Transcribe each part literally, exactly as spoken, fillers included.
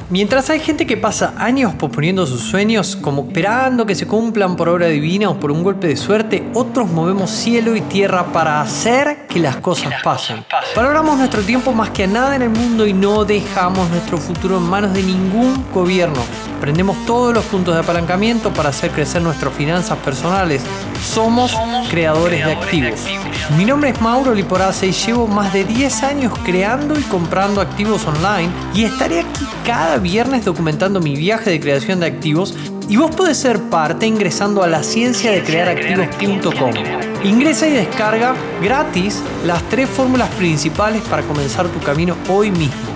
Mientras hay gente que pasa años posponiendo sus sueños, como esperando que se cumplan por obra divina o por un golpe de suerte, otros movemos cielo y tierra para hacer que las cosas pasen. Valoramos nuestro tiempo más que a nada en el mundo y no dejamos nuestro futuro en manos de ningún gobierno. Aprendemos todos los puntos de apalancamiento para hacer crecer nuestras finanzas personales. Somos, Somos creadores, creadores de, activos. de activos. Mi nombre es Mauro Liporace y llevo más de diez años creando y comprando activos online y estaré aquí cada viernes documentando mi viaje de creación de activos, y vos podés ser parte ingresando a la ciencia de crear activos punto com. Ingresa y descarga gratis las tres fórmulas principales para comenzar tu camino hoy mismo.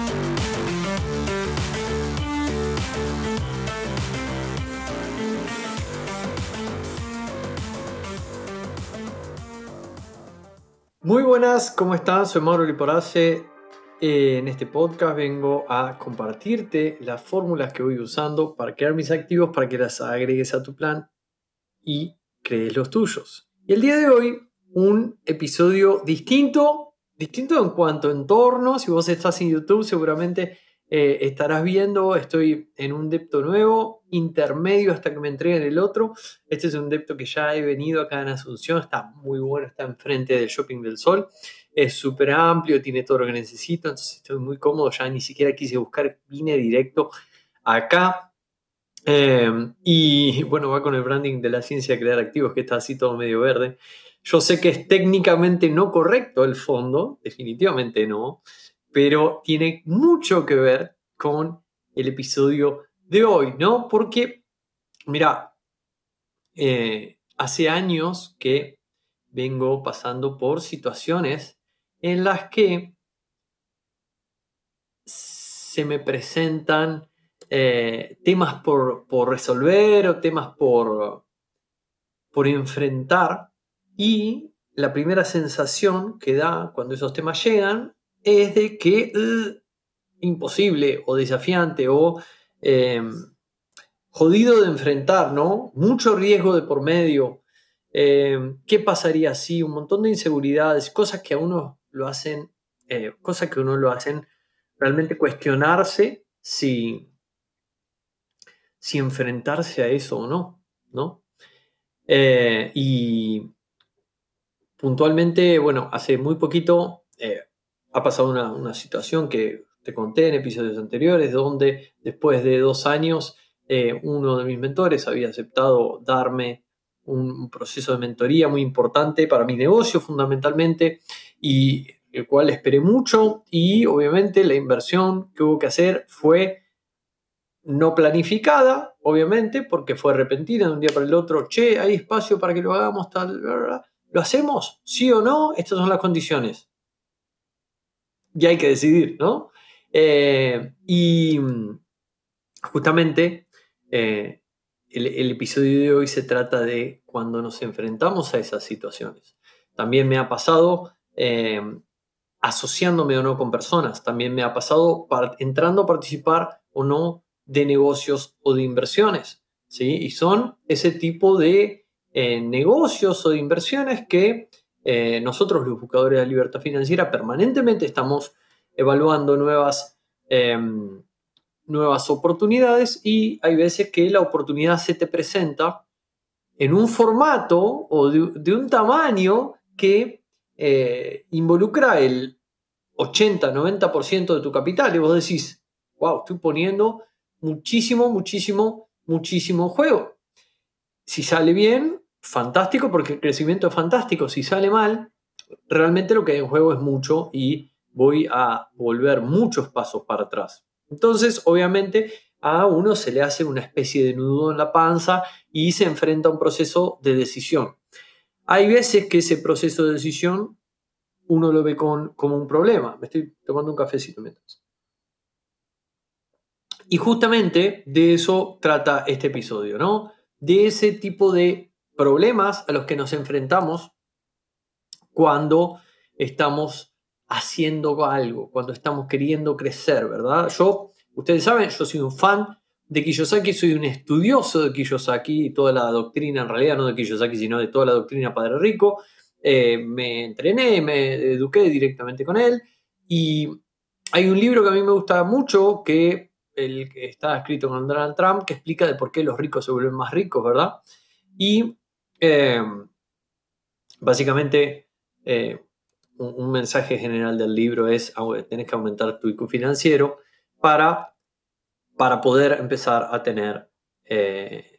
Muy buenas, ¿cómo están? Soy Mauro Liporace. Eh, en este podcast vengo a compartirte las fórmulas que voy usando para crear mis activos, para que las agregues a tu plan y crees los tuyos. Y el día de hoy, un episodio distinto, distinto en cuanto a entorno. Si vos estás en YouTube, seguramente eh, estarás viendo, estoy en un depto nuevo, intermedio hasta que me entreguen el otro. Este es un depto que ya he venido acá en Asunción, está muy bueno, está enfrente del Shopping del Sol. Es súper amplio, tiene todo lo que necesito, entonces estoy muy cómodo, ya ni siquiera quise buscar, vine directo acá. Eh, y bueno, va con el branding de la ciencia de crear activos, que está así todo medio verde. Yo sé que es técnicamente no correcto el fondo, definitivamente no, pero tiene mucho que ver con el episodio de hoy, ¿no? Porque, mira, eh, hace años que vengo pasando por situaciones en las que se me presentan eh, temas por, por resolver o temas por, por enfrentar, y la primera sensación que da cuando esos temas llegan es de que uh, imposible o desafiante o eh, jodido de enfrentar, ¿no? Mucho riesgo de por medio. Eh, ¿Qué pasaría si? Un montón de inseguridades, cosas que a uno lo hacen, eh, cosas que a uno lo hacen realmente cuestionarse si, si enfrentarse a eso o no, ¿no? Eh, y puntualmente, bueno, hace muy poquito eh, ha pasado una, una situación que te conté en episodios anteriores, donde después de dos años eh, uno de mis mentores había aceptado darme un, un proceso de mentoría muy importante para mi negocio fundamentalmente, y el cual esperé mucho, y obviamente la inversión que hubo que hacer fue no planificada, obviamente, porque fue repentina de un día para el otro. Che, hay espacio para que lo hagamos, tal, bla, bla, bla. ¿Lo hacemos? ¿Sí o no? Estas son las condiciones. Y hay que decidir, ¿no? Eh, y justamente eh, el, el episodio de hoy se trata de cuando nos enfrentamos a esas situaciones. También me ha pasado eh, asociándome o no con personas. También me ha pasado par- entrando a participar o no de negocios o de inversiones, ¿sí? Y son ese tipo de eh, negocios o de inversiones que eh, nosotros, los buscadores de la libertad financiera, permanentemente estamos evaluando nuevas, eh, nuevas oportunidades, y hay veces que la oportunidad se te presenta en un formato o de, de un tamaño que eh, involucra el ochenta, noventa por ciento de tu capital, y vos decís, wow, estoy poniendo muchísimo, muchísimo, muchísimo juego. Si sale bien, fantástico, porque el crecimiento es fantástico. Si sale mal, realmente lo que hay en juego es mucho y voy a volver muchos pasos para atrás. Entonces, obviamente, a uno se le hace una especie de nudo en la panza y se enfrenta a un proceso de decisión. Hay veces que ese proceso de decisión uno lo ve con, como un problema. Me estoy tomando un cafecito mientras. Y justamente de eso trata este episodio, ¿no? De ese tipo de problemas a los que nos enfrentamos cuando estamos haciendo algo, cuando estamos queriendo crecer, ¿verdad? Yo, ustedes saben, yo soy un fan de Kiyosaki, soy un estudioso de Kiyosaki y toda la doctrina, en realidad no de Kiyosaki, sino de toda la doctrina Padre Rico. Eh, me entrené, me eduqué directamente con él, y hay un libro que a mí me gusta mucho que el que está escrito con Donald Trump, que explica de por qué los ricos se vuelven más ricos, ¿verdad? Y eh, básicamente eh, un, un mensaje general del libro es: tenés que aumentar tu I Q financiero para, para poder empezar a tener, eh,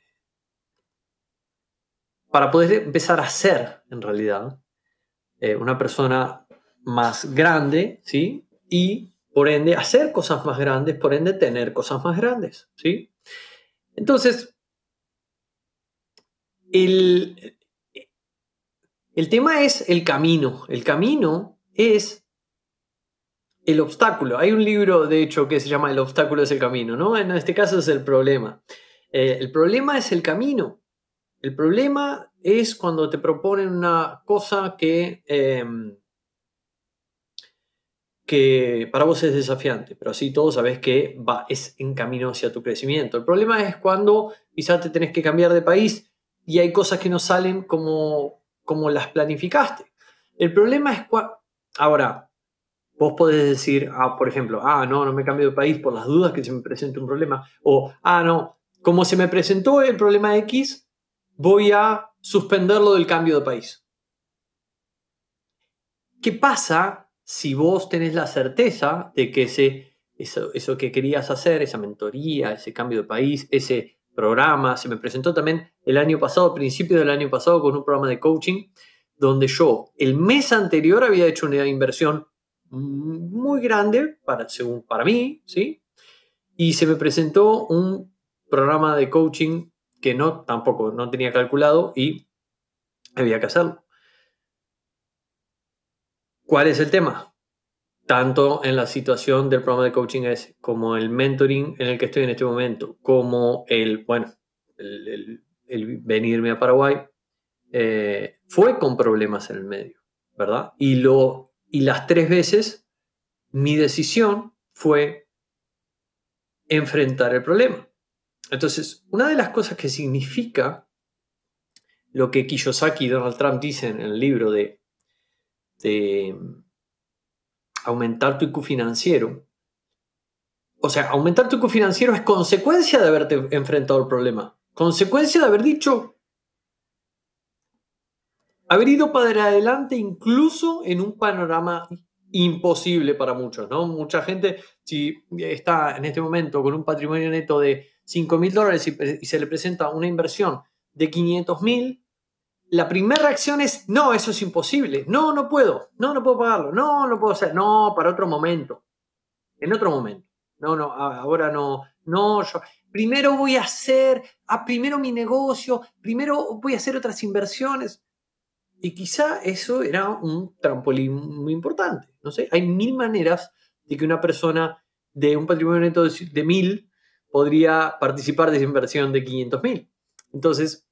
para poder empezar a ser, en realidad, eh, una persona más grande, ¿sí? Y por ende hacer cosas más grandes, por ende tener cosas más grandes, ¿sí? Entonces, el, el tema es el camino. El camino es el obstáculo. Hay un libro, de hecho, que se llama El obstáculo es el camino, ¿no? En este caso es el problema. Eh, el problema es el camino. El problema es cuando te proponen una cosa que, eh, que para vos es desafiante, pero así todo sabes que va, es en camino hacia tu crecimiento. El problema es cuando quizás te tenés que cambiar de país y hay cosas que no salen como, como las planificaste. El problema es cuando... Ahora, vos podés decir, ah, por ejemplo, ah, no, no me cambio de país por las dudas que se me presente un problema. O, ah, no, como se me presentó el problema X, voy a suspenderlo del cambio de país. ¿Qué pasa si vos tenés la certeza de que ese, eso, eso que querías hacer, esa mentoría, ese cambio de país, ese programa, se me presentó también el año pasado, a principios del año pasado, con un programa de coaching, donde yo el mes anterior había hecho una inversión muy grande para, según, para mí, ¿sí? Y se me presentó un programa de coaching que no, tampoco no tenía calculado y había que hacerlo. ¿Cuál es el tema? Tanto en la situación del programa de coaching es como el mentoring en el que estoy en este momento, como el, bueno, el, el, el venirme a Paraguay, eh, fue con problemas en el medio, ¿verdad? Y, lo, y las tres veces mi decisión fue enfrentar el problema. Entonces, una de las cosas que significa lo que Kiyosaki y Donald Trump dicen en el libro de, de aumentar tu I Q financiero, o sea, aumentar tu I Q financiero es consecuencia de haberte enfrentado al problema, consecuencia de haber dicho, haber ido para adelante incluso en un panorama imposible para muchos, ¿no? Mucha gente, si está en este momento con un patrimonio neto de cinco mil dólares y, y se le presenta una inversión de quinientos mil, la primera reacción es, no, eso es imposible, no, no puedo, no, no puedo pagarlo, no, no puedo hacer, no, para otro momento, en otro momento, no, no, ahora no, no, yo primero voy a hacer, a primero mi negocio, primero voy a hacer otras inversiones. Y quizá eso era un trampolín muy importante. No sé, hay mil maneras de que una persona de un patrimonio neto de mil podría participar de esa inversión de quinientos mil. Entonces,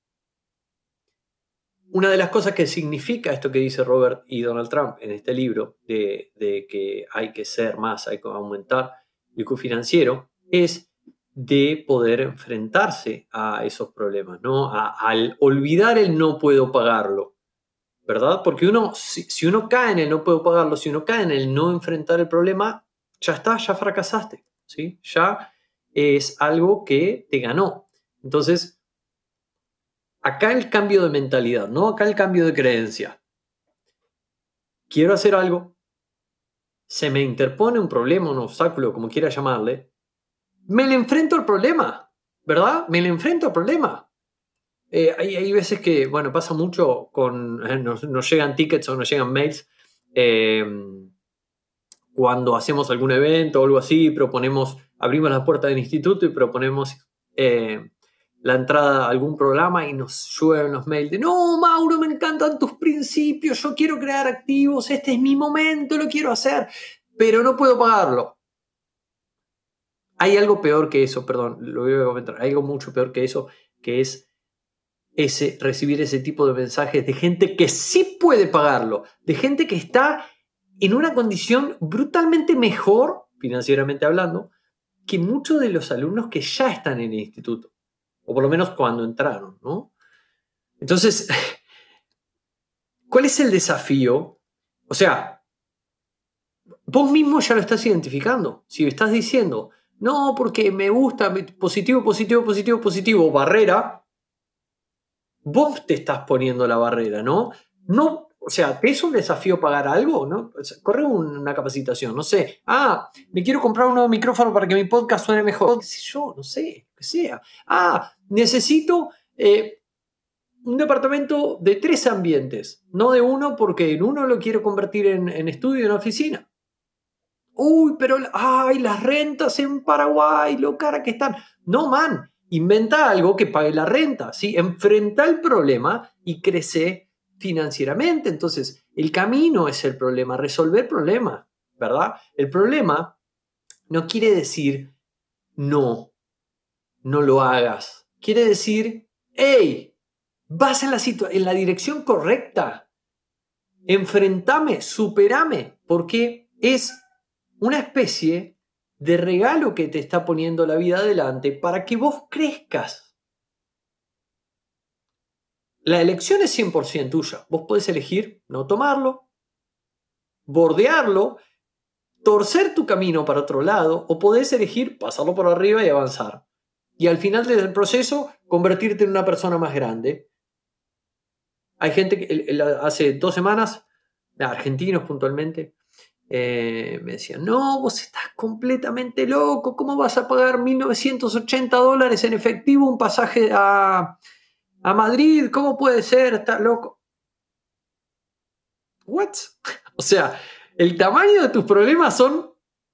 una de las cosas que significa esto que dice Robert y Donald Trump en este libro, de, de que hay que ser más, hay que aumentar el I Q financiero, es de poder enfrentarse a esos problemas, ¿no? A, al olvidar el no puedo pagarlo, ¿verdad? Porque uno, si, si uno cae en el no puedo pagarlo, si uno cae en el no enfrentar el problema, ya está, ya fracasaste, ¿sí? Ya es algo que te ganó. Entonces, acá el cambio de mentalidad, ¿no? Acá el cambio de creencia. Quiero hacer algo, se me interpone un problema, un obstáculo, como quiera llamarle, me le enfrento al problema, ¿verdad? Me le enfrento al problema. Eh, hay, hay veces que, bueno, pasa mucho con, eh, nos, nos llegan tickets o nos llegan mails eh, cuando hacemos algún evento o algo así, proponemos, abrimos la puerta del instituto y proponemos eh, la entrada a algún programa y nos llueven los mails de no, Mauro, me encantan tus principios, yo quiero crear activos, este es mi momento, lo quiero hacer, pero no puedo pagarlo. Hay algo peor que eso, perdón, lo voy a comentar, hay algo mucho peor que eso, que es ese, recibir ese tipo de mensajes de gente que sí puede pagarlo, de gente que está en una condición brutalmente mejor, financieramente hablando, que muchos de los alumnos que ya están en el instituto, o por lo menos cuando entraron, ¿no? Entonces, ¿cuál es el desafío? O sea, vos mismo ya lo estás identificando. Si estás diciendo, no, porque me gusta, positivo, positivo, positivo, positivo, barrera, vos te estás poniendo la barrera, ¿no? No, o sea, ¿te es un desafío pagar algo? ¿No? O sea, corre una capacitación, no sé. Ah, me quiero comprar un nuevo micrófono para que mi podcast suene mejor. ¿Qué sé yo? No sé, que sea. Ah, necesito eh, un departamento de tres ambientes, no de uno, porque en uno lo quiero convertir en, en estudio y en oficina. Uy, pero ay, las rentas en Paraguay, lo cara que están. No, man, inventa algo que pague la renta, ¿sí? Enfrenta el problema y crece financieramente. Entonces, el camino es el problema, resolver problemas, ¿verdad? El problema no quiere decir no, no lo hagas. Quiere decir, hey, vas en la, en la dirección correcta. Enfrentame, superame, porque es una especie de regalo que te está poniendo la vida adelante para que vos crezcas. La elección es cien por ciento tuya. Vos podés elegir no tomarlo, bordearlo, torcer tu camino para otro lado, o podés elegir pasarlo por arriba y avanzar. Y al final del proceso, convertirte en una persona más grande. Hay gente que hace dos semanas, argentinos puntualmente, Eh, me decían, no, vos estás completamente loco, ¿cómo vas a pagar mil novecientos ochenta dólares en efectivo un pasaje a, a Madrid? ¿Cómo puede ser? ¿Estás loco? ¿What? O sea, el tamaño de tus problemas son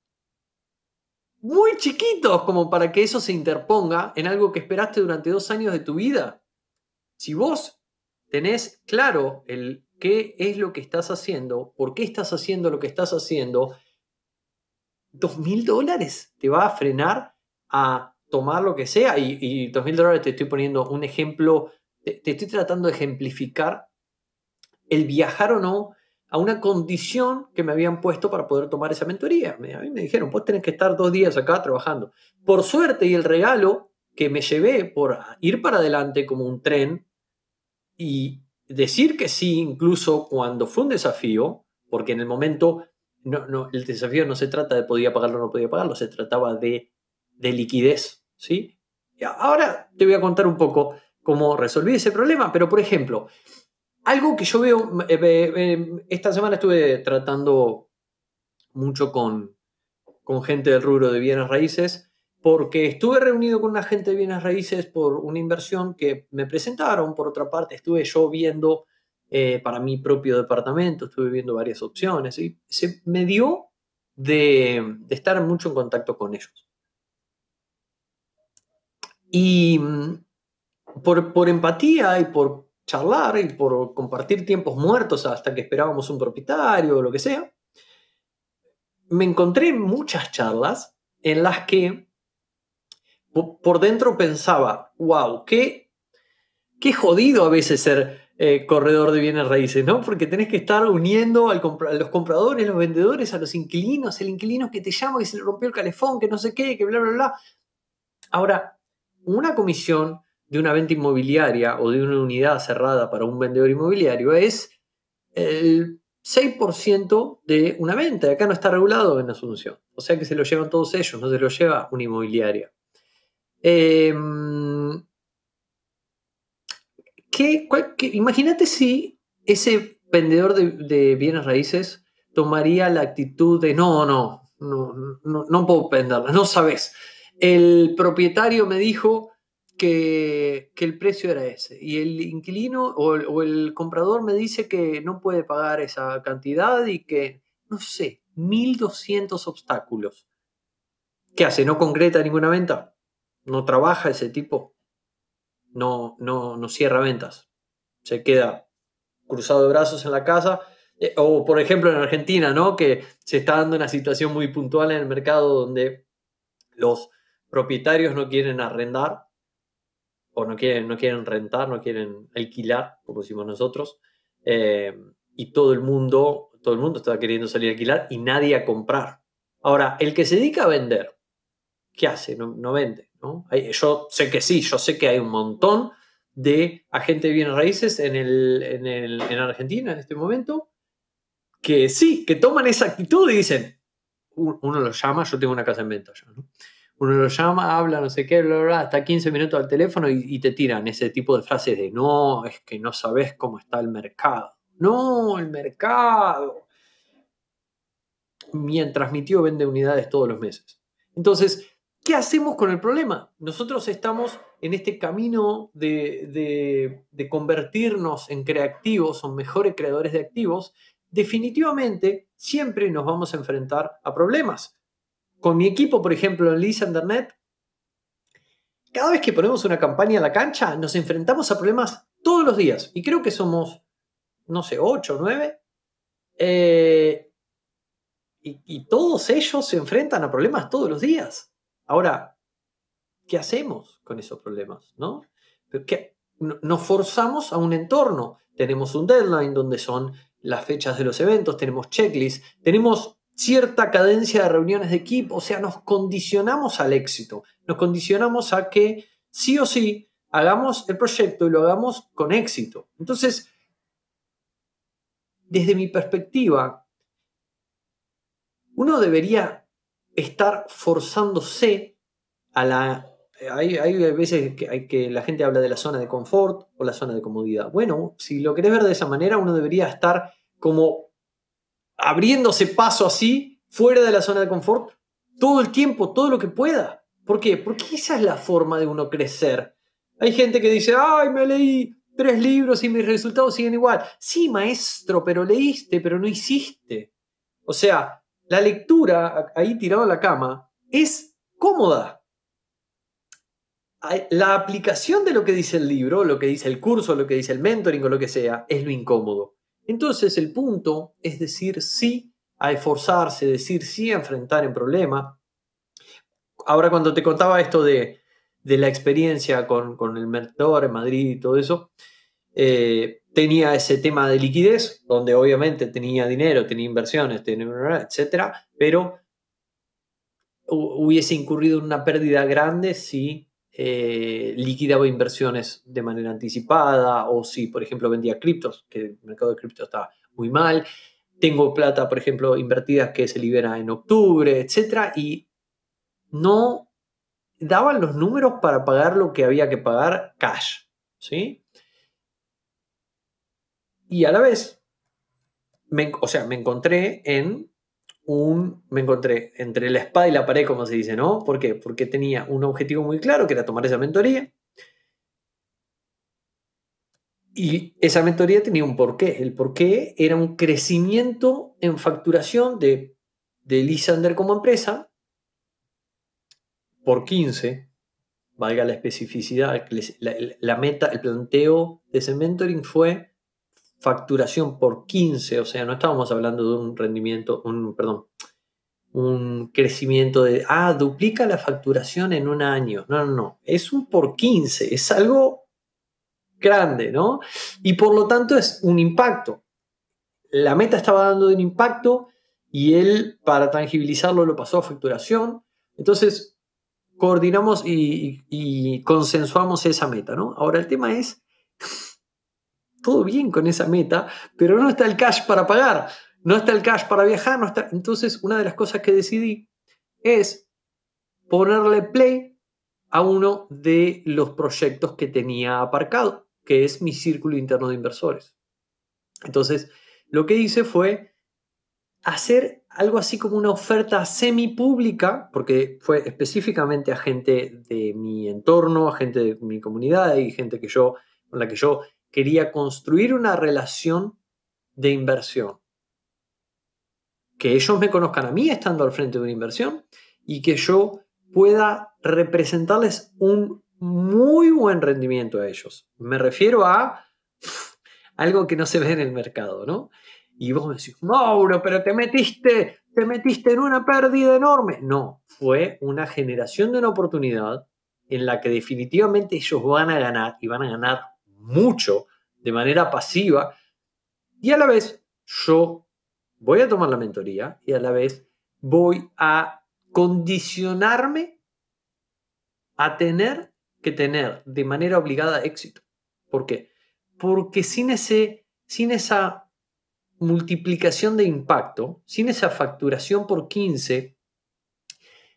muy chiquitos como para que eso se interponga en algo que esperaste durante dos años de tu vida. Si vos tenés claro el qué es lo que estás haciendo, por qué estás haciendo lo que estás haciendo, dos mil dólares te va a frenar a tomar lo que sea. Y, y dos mil dólares te estoy poniendo un ejemplo, te, te estoy tratando de ejemplificar el viajar o no a una condición que me habían puesto para poder tomar esa mentoría. Me, a mí me dijeron, vos tenés que estar dos días acá trabajando. Por suerte y el regalo que me llevé por ir para adelante como un tren y decir que sí, incluso cuando fue un desafío, porque en el momento no, no, el desafío no se trata de podía pagarlo o no podía pagarlo, se trataba de, de liquidez, ¿sí? Y ahora te voy a contar un poco cómo resolví ese problema, pero por ejemplo, algo que yo veo, eh, eh, esta semana estuve tratando mucho con, con gente del rubro de bienes raíces, porque estuve reunido con una gente de bienes raíces por una inversión que me presentaron. Por otra parte, estuve yo viendo eh, para mi propio departamento, estuve viendo varias opciones y se me dio de, de estar mucho en contacto con ellos. Y mm, por, por empatía y por charlar y por compartir tiempos muertos hasta que esperábamos un propietario o lo que sea, me encontré en muchas charlas en las que por dentro pensaba, wow, qué, qué jodido a veces ser eh, corredor de bienes raíces, ¿no? Porque tenés que estar uniendo al compra- a los compradores, los vendedores, a los inquilinos, el inquilino que te llama, que se le rompió el calefón, que no sé qué, que bla, bla, bla. Ahora, una comisión de una venta inmobiliaria o de una unidad cerrada para un vendedor inmobiliario es el seis por ciento de una venta. Acá no está regulado en Asunción. O sea que se lo llevan todos ellos, no se lo lleva una inmobiliaria. Eh, ¿qué, cuál- qué- imagínate si ese vendedor de, de bienes raíces tomaría la actitud de no, no, no, no, no puedo venderla, no sabes. El propietario me dijo que, que el precio era ese y el inquilino o el, o el comprador me dice que no puede pagar esa cantidad y que, no sé, mil doscientos obstáculos. ¿Qué hace? ¿No concreta ninguna venta? ¿No trabaja ese tipo? No, no, no cierra ventas. Se queda cruzado de brazos en la casa. Eh, o por ejemplo en Argentina, ¿no? Que se está dando una situación muy puntual en el mercado donde los propietarios no quieren arrendar o no quieren, no quieren rentar, no quieren alquilar, como decimos nosotros. Eh, y todo el mundo, todo el mundo está queriendo salir a alquilar y nadie a comprar. Ahora, el que se dedica a vender, ¿qué hace? No, no vende, ¿no? Hay- yo sé que sí, yo sé que hay un montón de agentes de bienes raíces en, el, en, el, en Argentina en este momento que sí, que toman esa actitud y dicen, uno lo llama, yo tengo una casa en venta ya, ¿no? uno lo llama, habla, no sé qué, bla, bla, bla, hasta quince minutos al teléfono y, y te tiran ese tipo de frases de no, es que no sabes cómo está el mercado. No, el mercado. Mientras mi tío vende unidades todos los meses. Entonces, ¿qué hacemos con el problema? Nosotros estamos en este camino de, de, de convertirnos en creativos o mejores creadores de activos. Definitivamente, siempre nos vamos a enfrentar a problemas. Con mi equipo, por ejemplo, en Lease Internet, cada vez que ponemos una campaña a la cancha, nos enfrentamos a problemas todos los días. Y creo que somos, no sé, ocho o nueve. Eh, Y, y todos ellos se enfrentan a problemas todos los días. Ahora, ¿qué hacemos con esos problemas? ¿No? ¿Qué? Nos forzamos a un entorno. Tenemos un deadline donde son las fechas de los eventos, tenemos checklists, tenemos cierta cadencia de reuniones de equipo, o sea, nos condicionamos al éxito, nos condicionamos a que sí o sí hagamos el proyecto y lo hagamos con éxito. Entonces, desde mi perspectiva, uno debería estar forzándose a la... Hay, hay veces que, hay que la gente habla de la zona de confort o la zona de comodidad. Bueno, si lo querés ver de esa manera, uno debería estar como abriéndose paso así, fuera de la zona de confort, todo el tiempo, todo lo que pueda. ¿Por qué? Porque esa es la forma de uno crecer. Hay gente que dice, ay, me leí tres libros y mis resultados siguen igual. Sí, maestro, pero leíste, pero no hiciste. O sea, la lectura, ahí tirado en la cama, es cómoda. La aplicación de lo que dice el libro, lo que dice el curso, lo que dice el mentoring o lo que sea, es lo incómodo. Entonces el punto es decir sí a esforzarse, decir sí a enfrentar el problema. Ahora cuando te contaba esto de, de la experiencia con, con el mentor en Madrid y todo eso, eh, tenía ese tema de liquidez, donde obviamente tenía dinero, tenía inversiones, tenía, etcétera, pero hubiese incurrido en una pérdida grande si eh, liquidaba inversiones de manera anticipada o si, por ejemplo, vendía criptos, que el mercado de criptos está muy mal. Tengo plata, por ejemplo, invertidas que se libera en octubre, etcétera, y no daban los números para pagar lo que había que pagar cash, ¿sí? Y a la vez, me, o sea, me encontré en un, me encontré entre la espada y la pared, como se dice, ¿no? ¿Por qué? Porque tenía un objetivo muy claro, que era tomar esa mentoría. Y esa mentoría tenía un porqué. El porqué era un crecimiento en facturación de, de Lysander como empresa por quince, valga la especificidad. La, la meta, el planteo de ese mentoring fue facturación por quince, o sea, no estábamos hablando de un rendimiento, un, perdón, un crecimiento de, ah, duplica la facturación en un año. No, no, no, es un por quince, es algo grande, ¿no? Y por lo tanto es un impacto. La meta estaba dando un impacto y él, para tangibilizarlo, lo pasó a facturación. Entonces, coordinamos y, y, y consensuamos esa meta, ¿no? Ahora, el tema es, todo bien con esa meta, pero no está el cash para pagar, no está el cash para viajar, no está... Entonces, una de las cosas que decidí es ponerle play a uno de los proyectos que tenía aparcado, que es mi círculo interno de inversores. Entonces, lo que hice fue hacer algo así como una oferta semipública, porque fue específicamente a gente de mi entorno, a gente de mi comunidad y gente que yo, con la que yo quería construir una relación de inversión. Que ellos me conozcan a mí estando al frente de una inversión y que yo pueda representarles un muy buen rendimiento a ellos. Me refiero a algo que no se ve en el mercado, ¿no? Y vos me decís, Mauro, pero te metiste, te metiste en una pérdida enorme. No, fue una generación de una oportunidad en la que definitivamente ellos van a ganar y van a ganar mucho de manera pasiva y a la vez yo voy a tomar la mentoría y a la vez voy a condicionarme a tener que tener de manera obligada éxito. ¿Por qué? Porque sin, ese, sin esa multiplicación de impacto, sin esa facturación por quince,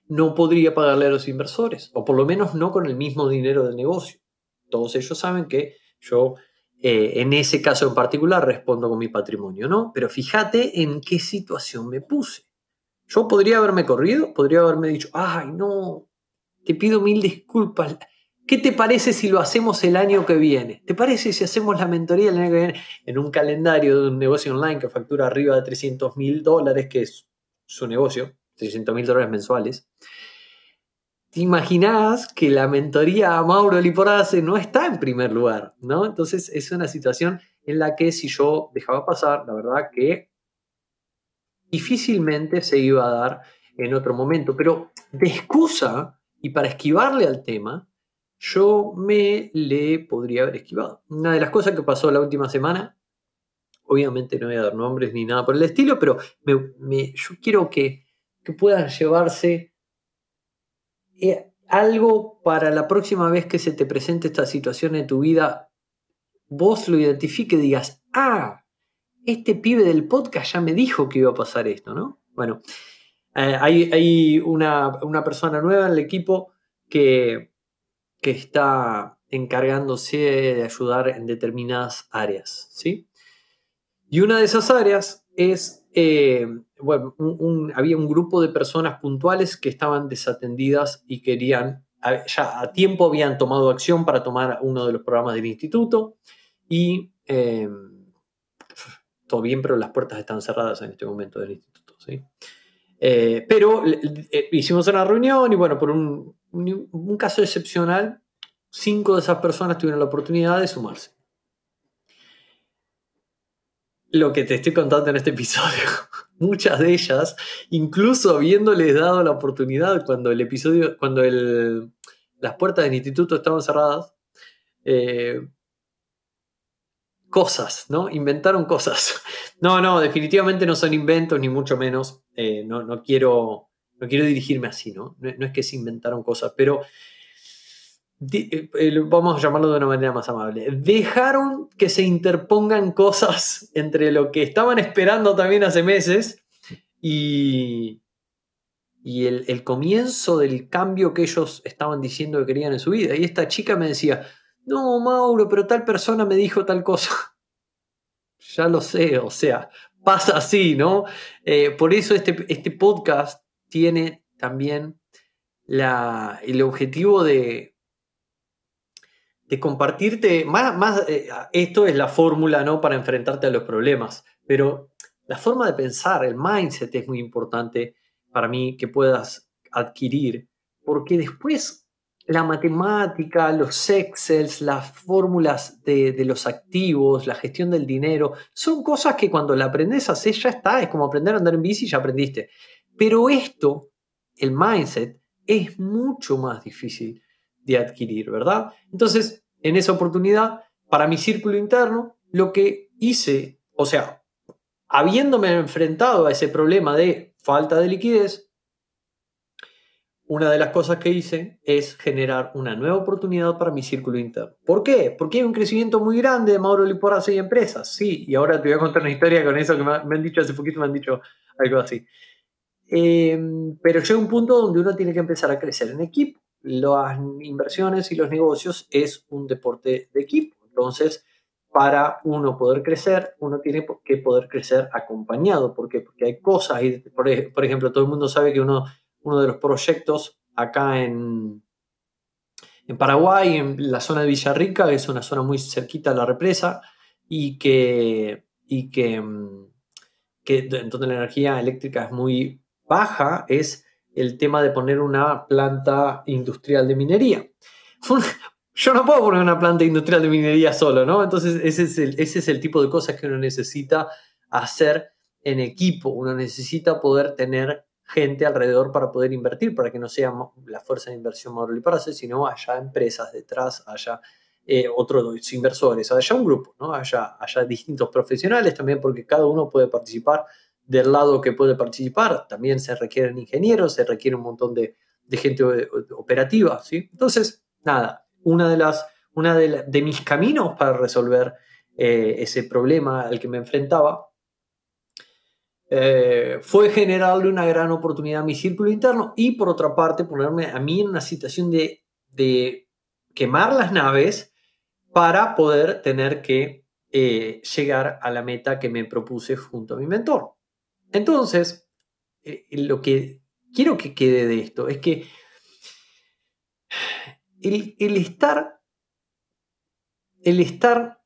no podría pagarle a los inversores, o por lo menos no con el mismo dinero del negocio. Todos ellos saben que yo, eh, en ese caso en particular, respondo con mi patrimonio, ¿no? Pero fíjate en qué situación me puse. Yo podría haberme corrido, podría haberme dicho, ay, no, te pido mil disculpas. ¿Qué te parece si lo hacemos el año que viene? ¿Te parece si hacemos la mentoría el año que viene? En un calendario de un negocio online que factura arriba de trescientos mil dólares, que es su negocio, trescientos mil dólares mensuales. ¿Te imaginás que la mentoría a Mauro Liporace no está en primer lugar, ¿no? Entonces es una situación en la que si yo dejaba pasar, la verdad que difícilmente se iba a dar en otro momento. Pero de excusa y para esquivarle al tema, yo me le podría haber esquivado. Una de las cosas que pasó la última semana, obviamente no voy a dar nombres ni nada por el estilo, pero me, me, yo quiero que, que puedan llevarse eh, algo para la próxima vez que se te presente esta situación en tu vida, vos lo identifiques y digas, ah, este pibe del podcast ya me dijo que iba a pasar esto, ¿no? Bueno, eh, hay, hay una, una persona nueva en el equipo que, que está encargándose de ayudar en determinadas áreas, ¿sí? Y una de esas áreas es, eh, bueno, un, un, había un grupo de personas puntuales que estaban desatendidas y querían, ya a tiempo habían tomado acción para tomar uno de los programas del instituto y eh, todo bien, pero las puertas están cerradas en este momento del instituto, ¿sí? Eh, pero eh, hicimos una reunión y bueno, por un, un, un caso excepcional, cinco de esas personas tuvieron la oportunidad de sumarse. Lo que te estoy contando en este episodio, muchas de ellas, incluso habiéndoles dado la oportunidad cuando el episodio, cuando el, las puertas del instituto estaban cerradas, eh, cosas, ¿no? Inventaron cosas. No, no, definitivamente no son inventos, ni mucho menos. Eh, no, no, quiero, no quiero dirigirme así, ¿no? No, no es que se inventaron cosas, pero di, eh, vamos a llamarlo de una manera más amable. Dejaron que se interpongan cosas entre lo que estaban esperando también hace meses y, y el, el comienzo del cambio que ellos estaban diciendo que querían en su vida. Y esta chica me decía, no, Mauro, pero tal persona me dijo tal cosa. Ya lo sé, o sea, pasa así, ¿no? Eh, por eso este, este podcast tiene también la, el objetivo de, de compartirte, más, más eh, esto es la fórmula, ¿no? Para enfrentarte a los problemas, pero la forma de pensar, el mindset es muy importante para mí que puedas adquirir, porque después la matemática, los Excels, las fórmulas de, de los activos, la gestión del dinero, son cosas que cuando la aprendes a hacer ya está, es como aprender a andar en bici y ya aprendiste. Pero esto, el mindset, es mucho más difícil de adquirir, ¿verdad? Entonces, en esa oportunidad, para mi círculo interno, lo que hice, o sea, habiéndome enfrentado a ese problema de falta de liquidez, una de las cosas que hice es generar una nueva oportunidad para mi círculo interno. ¿Por qué? Porque hay un crecimiento muy grande de Mauro Liporace y empresas. Sí, y ahora te voy a contar una historia con eso que me han dicho hace poquito, me han dicho algo así. Eh, pero llega un punto donde uno tiene que empezar a crecer en equipo. Las inversiones y los negocios es un deporte de equipo. Entonces, para uno poder crecer, uno tiene que poder crecer acompañado. ¿Por qué? Porque hay cosas, y por, por ejemplo, todo el mundo sabe que uno, uno de los proyectos acá en, en Paraguay, en la zona de Villarrica, que es una zona muy cerquita a la represa, y que, y que, que donde la energía eléctrica es muy baja, es el tema de poner una planta industrial de minería. Yo no puedo poner una planta industrial de minería solo, ¿no? Entonces ese es el, ese es el tipo de cosas que uno necesita hacer en equipo. Uno necesita poder tener gente alrededor para poder invertir, para que no sea la fuerza de inversión Mauro Liporace, sino haya empresas detrás, haya eh, otros inversores, haya un grupo, ¿no? Haya, haya distintos profesionales también, porque cada uno puede participar del lado que puede participar. También se requieren ingenieros, se requiere un montón de, de gente operativa, ¿sí? Entonces, nada, una de, las, una de, la, de mis caminos para resolver eh, ese problema al que me enfrentaba eh, fue generarle una gran oportunidad a mi círculo interno y por otra parte ponerme a mí en una situación de, de quemar las naves para poder tener que eh, llegar a la meta que me propuse junto a mi mentor. Entonces, eh, lo que quiero que quede de esto es que el, el estar, el estar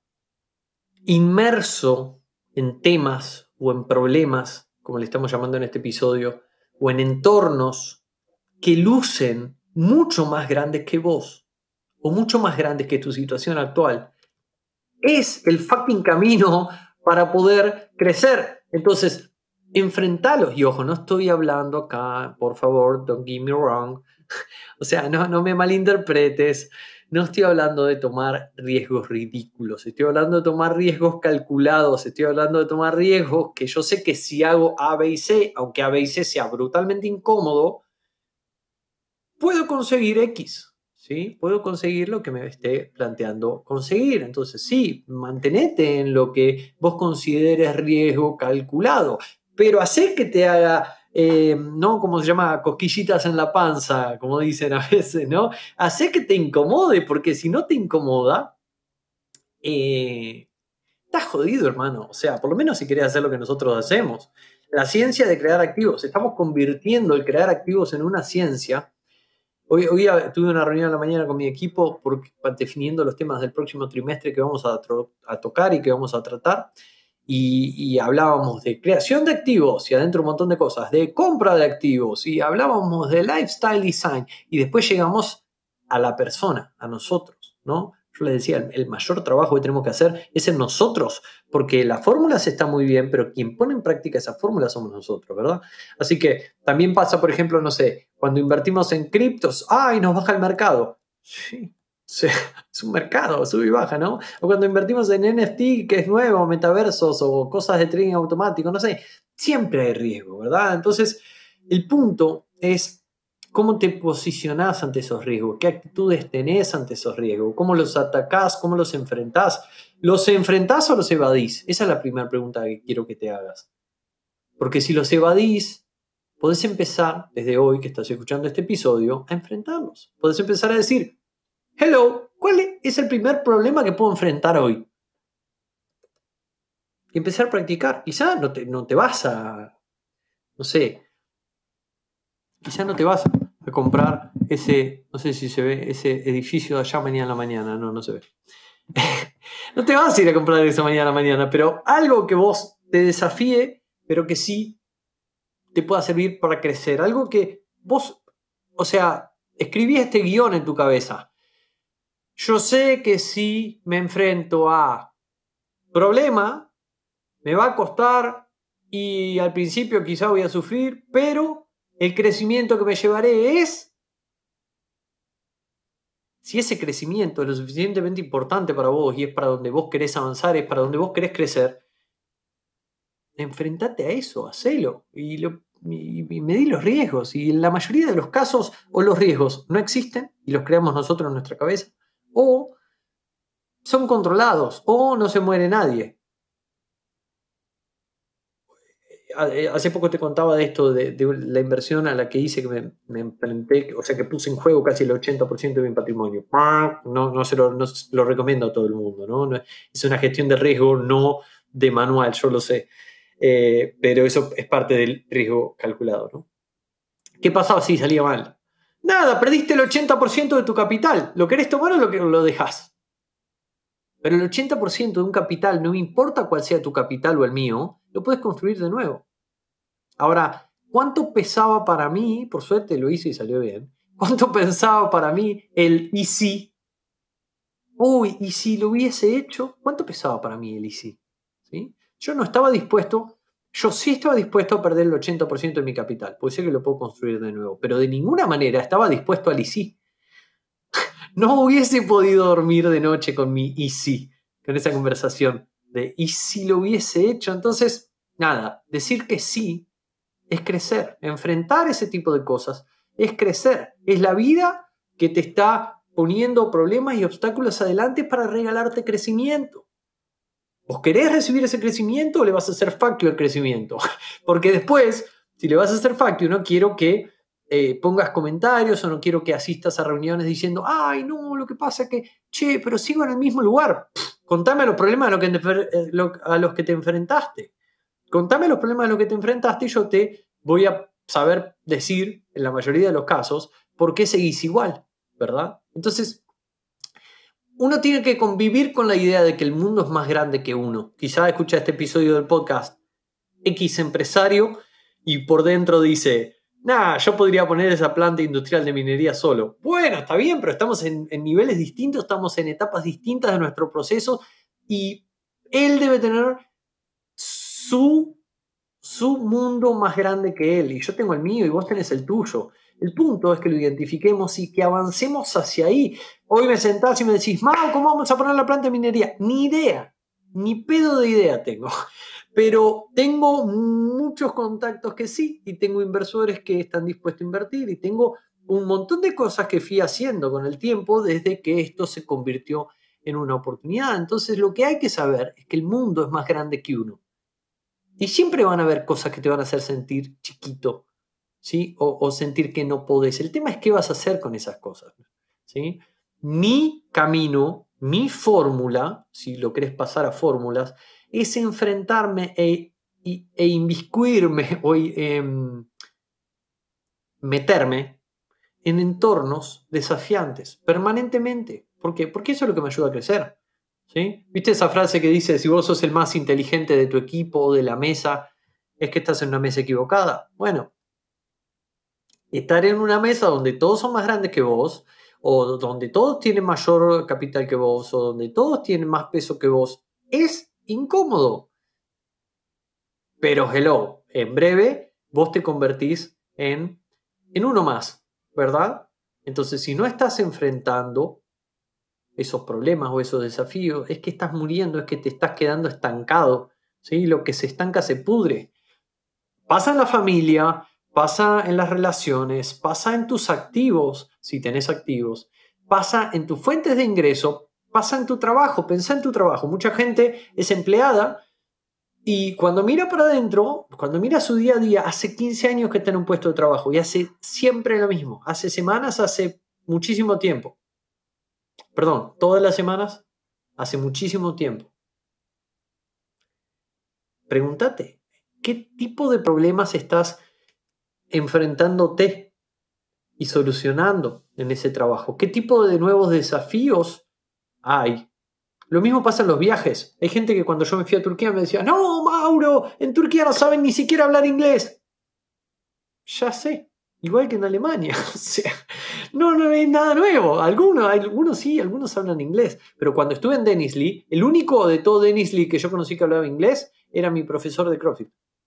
inmerso en temas o en problemas, como le estamos llamando en este episodio, o en entornos que lucen mucho más grandes que vos, o mucho más grandes que tu situación actual, es el fucking camino para poder crecer. Entonces, enfrentalos. Y ojo, no estoy hablando acá, por favor, don't get me wrong. O sea, no, no me malinterpretes. No estoy hablando de tomar riesgos ridículos. Estoy hablando de tomar riesgos calculados. Estoy hablando de tomar riesgos que yo sé que si hago A, B y C, aunque A, B y C sea brutalmente incómodo, puedo conseguir X. ¿Sí? Puedo conseguir lo que me esté planteando conseguir. Entonces, sí, mantenete en lo que vos consideres riesgo calculado, pero hacer que te haga, eh, ¿no? Como se llama, cosquillitas en la panza, como dicen a veces, ¿no? Hacer que te incomode, porque si no te incomoda, eh, estás jodido, hermano. O sea, por lo menos si querés hacer lo que nosotros hacemos. La ciencia de crear activos. Estamos convirtiendo el crear activos en una ciencia. Hoy, hoy tuve una reunión en la mañana con mi equipo porque, definiendo los temas del próximo trimestre que vamos a, a tocar y que vamos a tratar. Y, y hablábamos de creación de activos y adentro un montón de cosas, de compra de activos y hablábamos de lifestyle design y después llegamos a la persona, a nosotros, ¿no? Yo les decía, el, el mayor trabajo que tenemos que hacer es en nosotros, porque las fórmulas están muy bien, pero quien pone en práctica esas fórmulas somos nosotros, ¿verdad? Así que también pasa, por ejemplo, no sé, cuando invertimos en criptos, ¡ay, nos baja el mercado! Sí, sí, es un mercado, sube y baja, ¿no? O cuando invertimos en N F T, que es nuevo, metaversos o cosas de trading automático, no sé, siempre hay riesgo, ¿verdad? Entonces, el punto es cómo te posicionás ante esos riesgos, qué actitudes tenés ante esos riesgos, cómo los atacás, cómo los enfrentás. ¿Los enfrentás o los evadís? Esa es la primera pregunta que quiero que te hagas. Porque si los evadís, podés empezar, desde hoy que estás escuchando este episodio, a enfrentarlos. Podés empezar a decir, hello, ¿cuál es el primer problema que puedo enfrentar hoy? Y empezar a practicar. Quizá no te, no te vas a, no sé, quizá no te vas a comprar ese, no sé si se ve, ese edificio de allá mañana a la mañana. No, no se ve. No te vas a ir a comprar eso mañana a la mañana, pero algo que vos te desafíe, pero que sí te pueda servir para crecer. Algo que vos, o sea, escribí este guión en tu cabeza. Yo sé que si me enfrento a problema, me va a costar y al principio quizá voy a sufrir, pero el crecimiento que me llevaré es... Si ese crecimiento es lo suficientemente importante para vos y es para donde vos querés avanzar, es para donde vos querés crecer, enfrentate a eso, hacelo y, lo, y, y medí los riesgos. Y en la mayoría de los casos, o los riesgos no existen y los creamos nosotros en nuestra cabeza, o son controlados, o no se muere nadie. Hace poco te contaba de esto, de, de la inversión a la que hice, que me, me enfrenté, o sea que puse en juego casi el ochenta por ciento de mi patrimonio. No, no se lo, no se lo recomiendo a todo el mundo, ¿no? Es una gestión de riesgo no de manual, yo lo sé, eh, pero eso es parte del riesgo calculado, ¿no? ¿Qué pasaba si salía mal? Nada, perdiste el ochenta por ciento de tu capital. ¿Lo querés tomar o lo, lo dejás? Pero el ochenta por ciento de un capital, no me importa cuál sea tu capital o el mío, lo puedes construir de nuevo. Ahora, ¿cuánto pesaba para mí? Por suerte lo hice y salió bien. ¿Cuánto pensaba para mí el y si? Uy, ¿y si lo hubiese hecho? ¿Cuánto pesaba para mí el y si? ¿Sí? Yo no estaba dispuesto, yo sí estaba dispuesto a perder el ochenta por ciento de mi capital, porque sé que lo puedo construir de nuevo, pero de ninguna manera estaba dispuesto al y si. No hubiese podido dormir de noche con mi y si, con esa conversación de y si lo hubiese hecho. Entonces, nada, decir que sí es crecer. Enfrentar ese tipo de cosas es crecer. Es la vida que te está poniendo problemas y obstáculos adelante para regalarte crecimiento. ¿Vos querés recibir ese crecimiento o le vas a hacer fuck you al crecimiento? Porque después, si le vas a hacer fuck you, no quiero que eh, pongas comentarios o no quiero que asistas a reuniones diciendo, ay, no, lo que pasa es que, che, pero sigo en el mismo lugar. Pff, contame los problemas a, lo que te, lo, a los que te enfrentaste. Contame los problemas a los que te enfrentaste y yo te voy a saber decir, en la mayoría de los casos, por qué seguís igual, ¿verdad? Entonces, uno tiene que convivir con la idea de que el mundo es más grande que uno. Quizá escucha este episodio del podcast X empresario y por dentro dice, nah, yo podría poner esa planta industrial de minería solo. Bueno, está bien, pero estamos en, en niveles distintos, estamos en etapas distintas de nuestro proceso y él debe tener su, su mundo más grande que él y yo tengo el mío y vos tenés el tuyo. El punto es que lo identifiquemos y que avancemos hacia ahí. Hoy me sentás y me decís, Mau, ¿cómo vamos a poner la planta de minería? Ni idea, ni pedo de idea tengo. Pero tengo muchos contactos que sí, y tengo inversores que están dispuestos a invertir, y tengo un montón de cosas que fui haciendo con el tiempo desde que esto se convirtió en una oportunidad. Entonces lo que hay que saber es que el mundo es más grande que uno. Y siempre van a haber cosas que te van a hacer sentir chiquito, ¿sí? O, o sentir que no podés. El tema es qué vas a hacer con esas cosas, ¿sí? Mi camino, mi fórmula, si lo querés pasar a fórmulas, es enfrentarme e, e, e inviscuirme o eh, meterme en entornos desafiantes permanentemente. ¿Por qué? Porque eso es lo que me ayuda a crecer. ¿Sí? ¿Viste esa frase que dice, si vos sos el más inteligente de tu equipo o de la mesa, es que estás en una mesa equivocada? Bueno, estar en una mesa donde todos son más grandes que vos, o donde todos tienen mayor capital que vos, o donde todos tienen más peso que vos, es incómodo. Pero hello, en breve vos te convertís en, en uno más, ¿verdad? Entonces, si no estás enfrentando esos problemas o esos desafíos, es que estás muriendo, es que te estás quedando estancado, ¿sí? Lo que se estanca se pudre. Pasa en la familia, pasa en las relaciones, pasa en tus activos, si tenés activos, pasa en tus fuentes de ingreso, pasa en tu trabajo, pensá en tu trabajo. Mucha gente es empleada y cuando mira para adentro, cuando mira su día a día, hace quince años que está en un puesto de trabajo y hace siempre lo mismo, hace semanas, hace muchísimo tiempo. Perdón, todas las semanas, hace muchísimo tiempo. Pregúntate, ¿qué tipo de problemas estás enfrentándote y solucionando en ese trabajo? ¿Qué tipo de nuevos desafíos hay? Lo mismo pasa en los viajes. Hay gente que cuando yo me fui a Turquía me decía, no, Mauro, en Turquía no saben ni siquiera hablar inglés. Ya sé, igual que en Alemania. O sea, no, no es nada nuevo. Algunos, algunos sí, algunos hablan inglés. Pero cuando estuve en Denizli, el único de todo Denizli que yo conocí que hablaba inglés era mi profesor de CrossFit.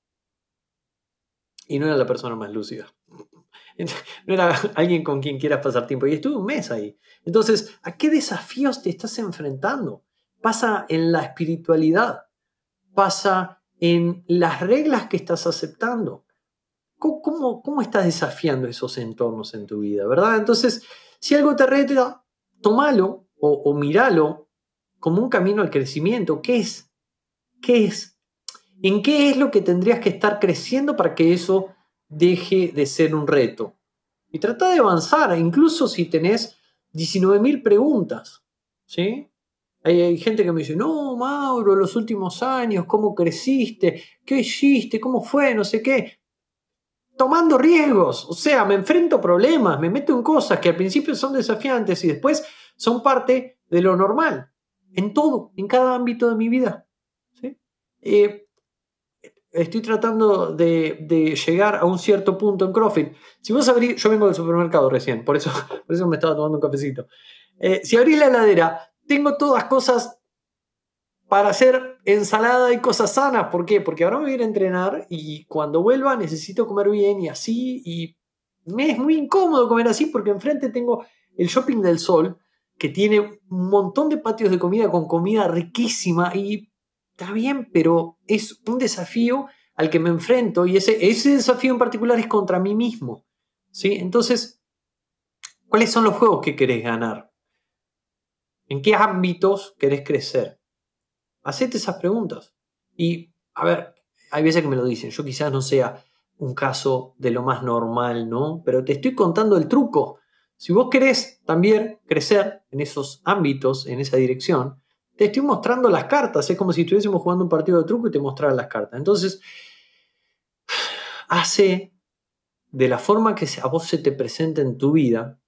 Y no era la persona más lúcida. No era alguien con quien quieras pasar tiempo. Y estuve un mes ahí. Entonces, ¿a qué desafíos te estás enfrentando? Pasa en la espiritualidad. Pasa en las reglas que estás aceptando. ¿Cómo, cómo, cómo estás desafiando esos entornos en tu vida? ¿Verdad? Entonces, si algo te reta, tómalo o, o míralo como un camino al crecimiento. ¿Qué es? ¿Qué es? ¿En qué es lo que tendrías que estar creciendo para que eso deje de ser un reto? Y trata de avanzar, incluso si tenés diecinueve mil preguntas. ¿Sí? Hay, hay gente que me dice, no, Mauro, los últimos años, ¿cómo creciste? ¿Qué hiciste? ¿Cómo fue? No sé qué. Tomando riesgos, o sea, me enfrento a problemas, me meto en cosas que al principio son desafiantes y después son parte de lo normal, en todo, en cada ámbito de mi vida. ¿Sí? Eh, Estoy tratando de, de llegar a un cierto punto en CrossFit. Si vos abrís, yo vengo del supermercado recién, por eso, por eso me estaba tomando un cafecito. Eh, si abrís la heladera, tengo todas cosas para hacer ensalada y cosas sanas. ¿Por qué? Porque ahora me voy a ir a entrenar y cuando vuelva necesito comer bien y así. Y me es muy incómodo comer así porque enfrente tengo el Shopping del Sol, que tiene un montón de patios de comida con comida riquísima y está bien, pero es un desafío al que me enfrento y ese, ese desafío en particular es contra mí mismo. ¿Sí? Entonces, ¿cuáles son los juegos que querés ganar? ¿En qué ámbitos querés crecer? hacete esas preguntas. Y, a ver, hay veces que me lo dicen, yo quizás no sea un caso de lo más normal, ¿no? Pero te estoy contando el truco. Si vos querés también crecer en esos ámbitos, en esa dirección, te estoy mostrando las cartas. Es como si estuviésemos jugando un partido de truco y te mostrara las cartas. Entonces, hace de la forma que a vos se te presenta en tu vida,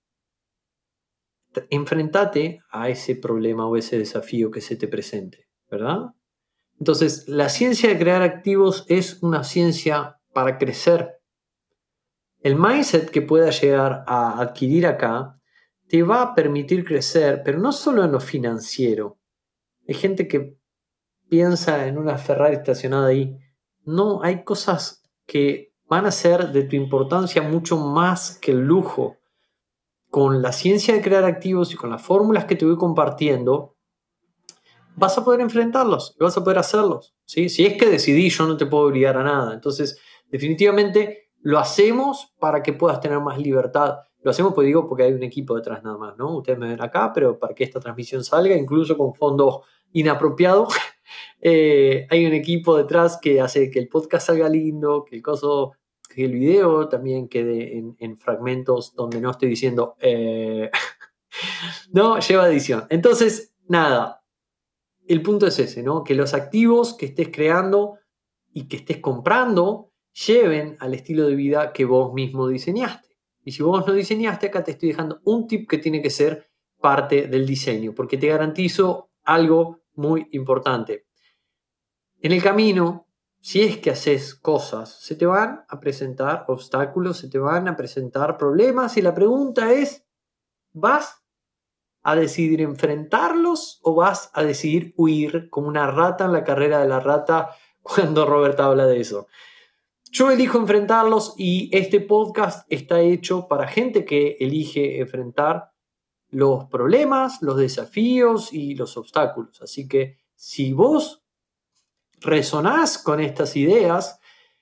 enfrentate a ese problema o ese desafío que se te presente, ¿verdad? Entonces, la ciencia de crear activos es una ciencia para crecer. El mindset que puedas llegar a adquirir acá te va a permitir crecer, pero no solo en lo financiero. Hay gente que piensa en una Ferrari estacionada ahí. No, hay cosas que van a ser de tu importancia mucho más que el lujo. Con la ciencia de crear activos y con las fórmulas que te voy compartiendo, vas a poder enfrentarlos y vas a poder hacerlos, ¿sí? Si es que decidí, yo no te puedo obligar a nada. Entonces, definitivamente lo hacemos para que puedas tener más libertad. Lo hacemos, pues digo, porque hay un equipo detrás nada más, ¿no? Ustedes me ven acá, pero para que esta transmisión salga, incluso con fondos inapropiados, eh, hay un equipo detrás que hace que el podcast salga lindo, que el coso, que el video también quede en, en fragmentos donde no estoy diciendo eh, no, lleva edición. Entonces, nada, el punto es ese, ¿no? Que los activos que estés creando y que estés comprando lleven al estilo de vida que vos mismo diseñaste. Y si vos no diseñaste, acá te estoy dejando un tip que tiene que ser parte del diseño, porque te garantizo algo muy importante. En el camino, si es que haces cosas, se te van a presentar obstáculos, se te van a presentar problemas y la pregunta es, ¿vas a decidir enfrentarlos o vas a decidir huir como una rata en la carrera de la rata cuando Robert habla de eso? Yo elijo enfrentarlos y este podcast está hecho para gente que elige enfrentar los problemas, los desafíos y los obstáculos. Así que si vos resonás con estas ideas,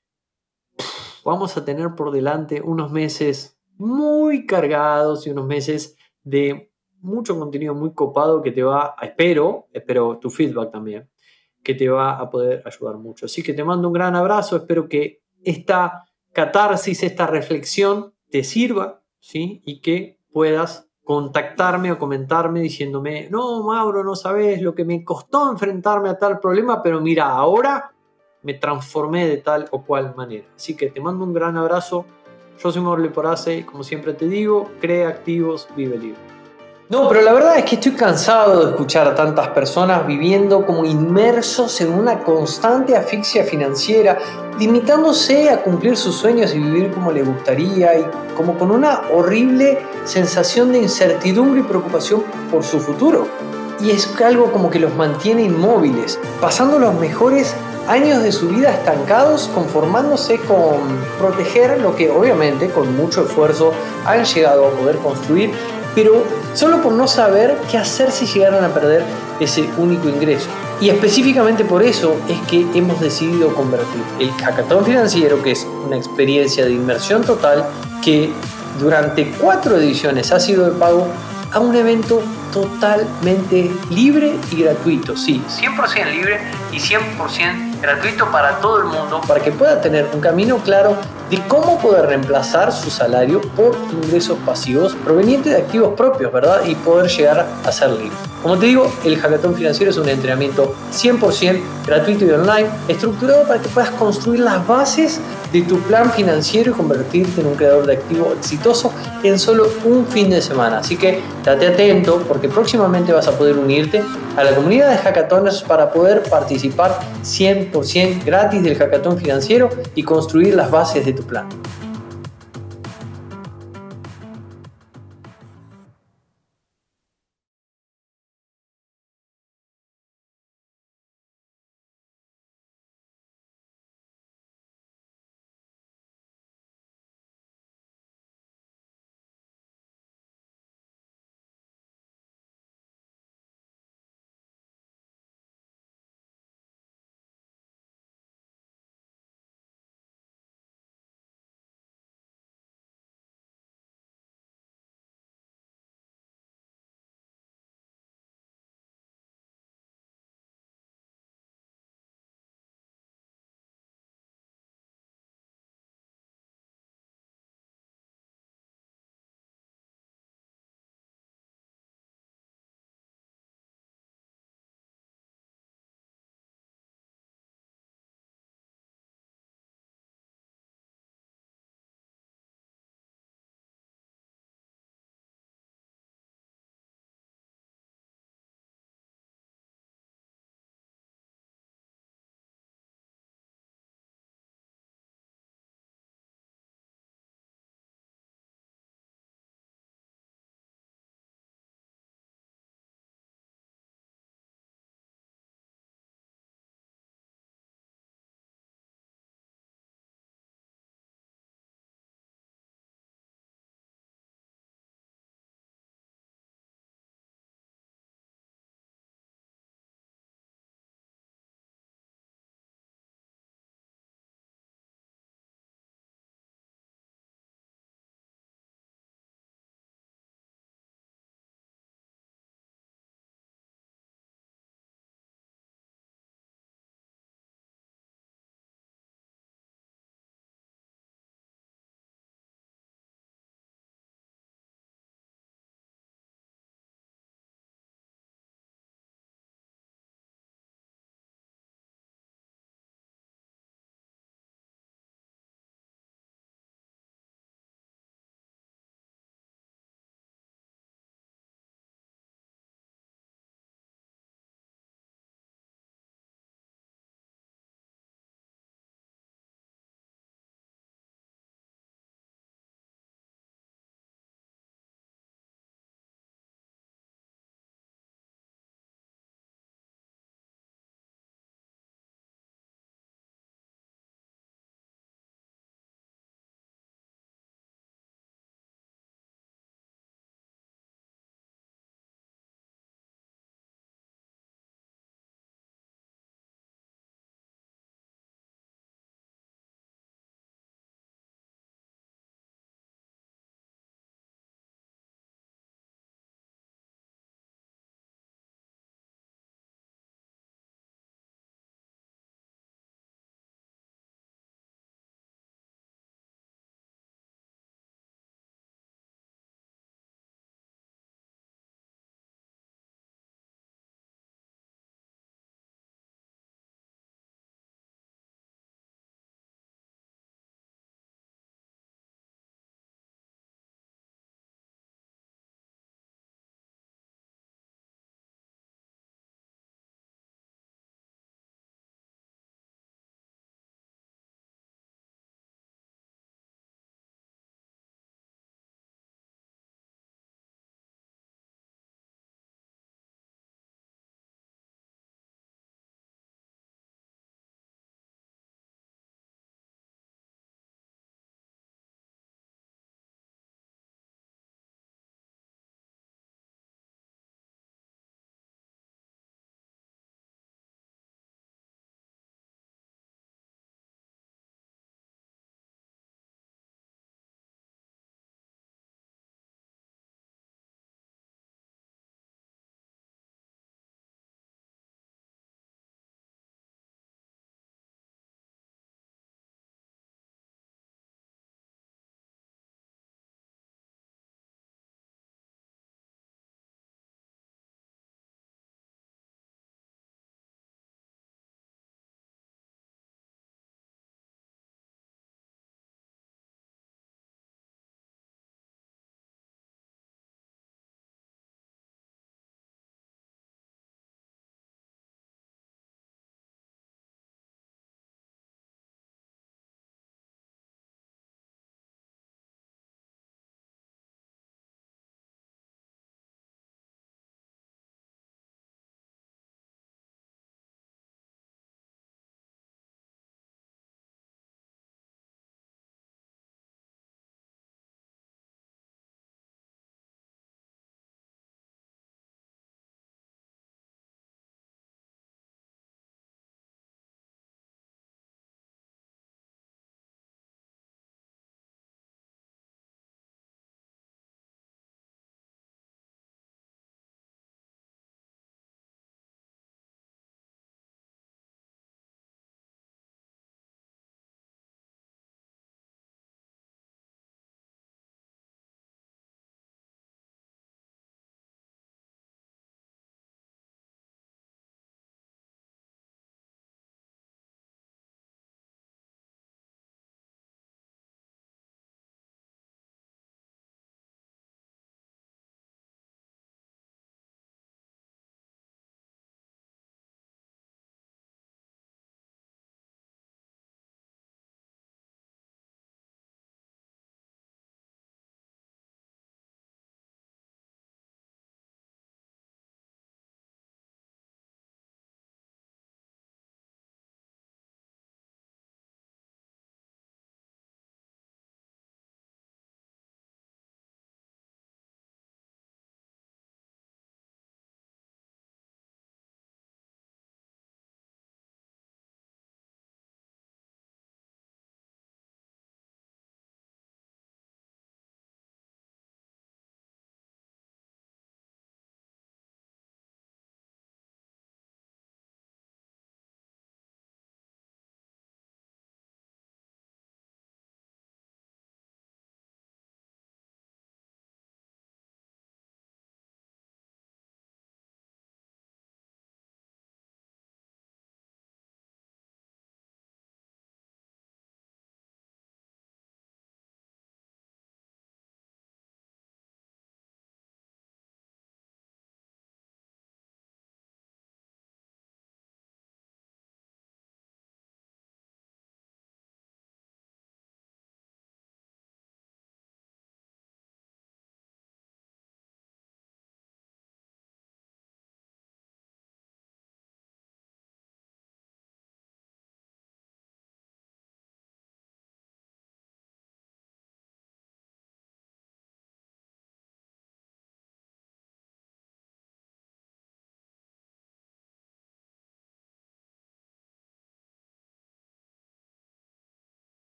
vamos a tener por delante unos meses muy cargados y unos meses de mucho contenido muy copado que te va, a, espero, espero tu feedback también, que te va a poder ayudar mucho. Así que te mando un gran abrazo, espero que esta catarsis, esta reflexión te sirva, ¿sí? Y que puedas contactarme o comentarme diciéndome, no, Mauro, no sabes lo que me costó enfrentarme a tal problema, pero mira, ahora me transformé de tal o cual manera. Así que te mando un gran abrazo. Yo soy Mauro Leporace y como siempre te digo, crea activos, vive libre. No, pero la verdad es que estoy cansado de escuchar a tantas personas viviendo como inmersos en una constante asfixia financiera, limitándose a cumplir sus sueños y vivir como les gustaría y como con una horrible sensación de incertidumbre y preocupación por su futuro. Y es algo como que los mantiene inmóviles, pasando los mejores años de su vida estancados, conformándose con proteger lo que obviamente con mucho esfuerzo han llegado a poder construir, pero solo por no saber qué hacer si llegaran a perder ese único ingreso. Y específicamente por eso es que hemos decidido convertir el Hackathon Financiero, que es una experiencia de inmersión total, que durante cuatro ediciones ha sido de pago, a un evento totalmente libre y gratuito. Sí, cien por ciento libre y cien por ciento gratuito para todo el mundo, para que pueda tener un camino claro de cómo poder reemplazar su salario por ingresos pasivos provenientes de activos propios, ¿verdad? Y poder llegar a ser libre. Como te digo, el Hackathon Financiero es un entrenamiento cien por ciento gratuito y online, estructurado para que puedas construir las bases de tu plan financiero y convertirte en un creador de activos exitoso en solo un fin de semana. Así que estate atento porque próximamente vas a poder unirte a la comunidad de hackathoners para poder participar cien por ciento gratis del Hackathon Financiero y construir las bases de tu plan.